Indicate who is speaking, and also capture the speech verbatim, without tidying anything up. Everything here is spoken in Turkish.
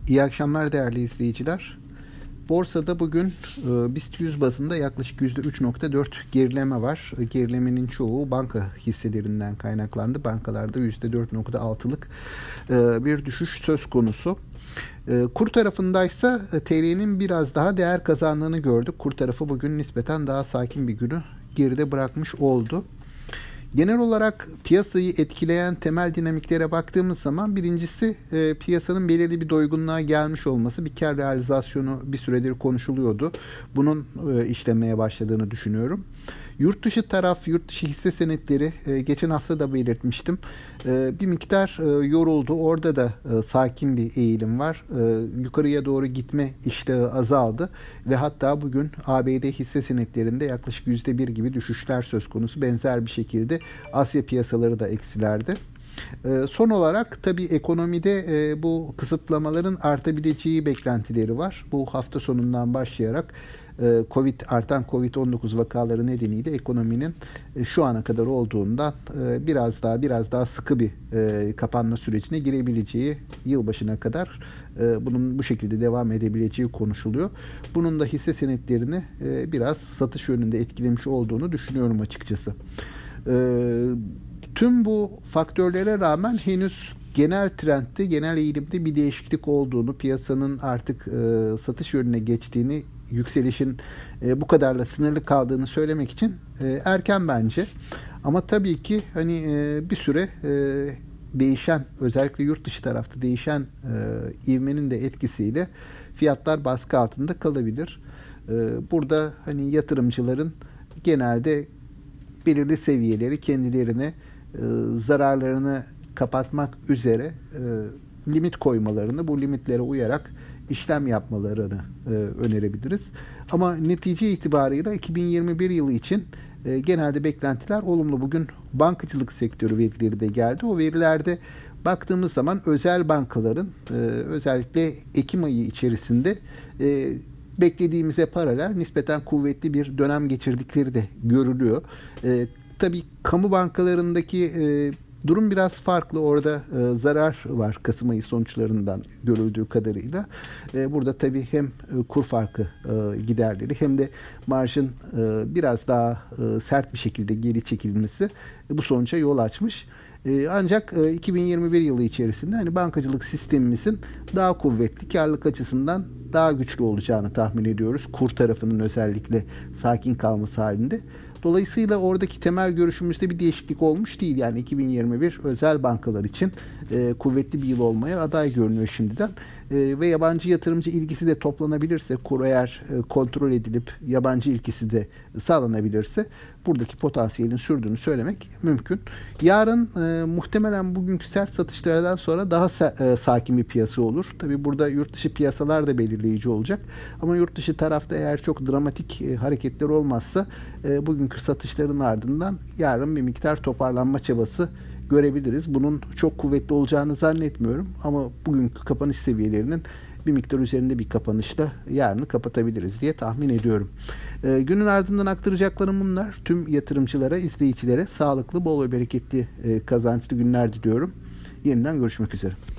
Speaker 1: İyi akşamlar değerli izleyiciler. Borsada bugün e, BIST yüz bazında yaklaşık yüzde üç virgül dört gerileme var. Gerilemenin çoğu banka hisselerinden kaynaklandı. Bankalarda yüzde dört virgül altılık e, bir düşüş söz konusu. E, kur tarafındaysa e, T L'nin biraz daha değer kazandığını gördük. Kur tarafı bugün nispeten daha sakin bir günü geride bırakmış oldu. Genel olarak piyasayı etkileyen temel dinamiklere baktığımız zaman birincisi e, piyasanın belirli bir doygunluğa gelmiş olması. Bir kar realizasyonu bir süredir konuşuluyordu. Bunun e, işlemeye başladığını düşünüyorum. Yurt dışı taraf, yurt dışı hisse senetleri e, geçen hafta da belirtmiştim. E, bir miktar e, yoruldu. Orada da e, sakin bir eğilim var. E, yukarıya doğru gitme iştahı azaldı ve hatta bugün A B D hisse senetlerinde yaklaşık yüzde bir gibi düşüşler söz konusu. Benzer bir şekilde Asya piyasaları da eksilerde. E, son olarak tabii ekonomide e, bu kısıtlamaların artabileceği beklentileri var. Bu hafta sonundan başlayarak Covid artan kovid on dokuz vakaları nedeniyle ekonominin şu ana kadar olduğundan biraz daha biraz daha sıkı bir kapanma sürecine girebileceği, yılbaşına kadar bunun bu şekilde devam edebileceği konuşuluyor. Bunun da hisse senetlerini biraz satış yönünde etkilemiş olduğunu düşünüyorum açıkçası. Tüm bu faktörlere rağmen henüz genel trendde, genel eğilimde bir değişiklik olduğunu, piyasanın artık satış yönüne geçtiğini, yükselişin e, bu kadarla sınırlı kaldığını söylemek için e, erken bence. Ama tabii ki hani e, bir süre e, değişen, özellikle yurt dışı tarafta değişen e, ivmenin de etkisiyle fiyatlar baskı altında kalabilir. E, burada hani yatırımcıların genelde belirli seviyeleri kendilerine e, zararlarını kapatmak üzere e, limit koymalarını, bu limitlere uyarak işlem yapmalarını e, önerebiliriz. Ama netice itibarıyla iki bin yirmi bir yılı için e, genelde beklentiler olumlu. Bugün bankacılık sektörü verileri de geldi. O verilerde baktığımız zaman özel bankaların e, özellikle Ekim ayı içerisinde e, beklediğimize paralel nispeten kuvvetli bir dönem geçirdikleri de görülüyor. E, tabii kamu bankalarındaki e, durum biraz farklı. Orada e, zarar var Kasım ayı sonuçlarından görüldüğü kadarıyla. E, burada tabii hem e, kur farkı e, giderleri hem de marjın e, biraz daha e, sert bir şekilde geri çekilmesi e, bu sonuca yol açmış. E, ancak e, iki bin yirmi bir yılı içerisinde hani bankacılık sistemimizin daha kuvvetli, karlılık açısından daha güçlü olacağını tahmin ediyoruz. Kur tarafının özellikle sakin kalması halinde. Dolayısıyla oradaki temel görüşümüzde bir değişiklik olmuş değil. Yani iki bin yirmi bir özel bankalar için e, kuvvetli bir yıl olmaya aday görünüyor şimdiden. E, ve yabancı yatırımcı ilgisi de toplanabilirse, kur eğer e, kontrol edilip yabancı ilgisi de sağlanabilirse buradaki potansiyelin sürdüğünü söylemek mümkün. Yarın e, muhtemelen bugünkü sert satışlardan sonra daha sa- e, sakin bir piyasa olur. Tabii burada yurt dışı piyasalar da belirleyici olacak. Ama yurt dışı tarafta eğer çok dramatik e, hareketler olmazsa e, bugünkü satışların ardından yarın bir miktar toparlanma çabası görebiliriz. Bunun çok kuvvetli olacağını zannetmiyorum ama bugünkü kapanış seviyelerinin bir miktar üzerinde bir kapanışla yarını kapatabiliriz diye tahmin ediyorum. E, günün ardından aktaracaklarım bunlar. Tüm yatırımcılara, izleyicilere sağlıklı, bol ve bereketli, e, kazançlı günler diliyorum. Yeniden görüşmek üzere.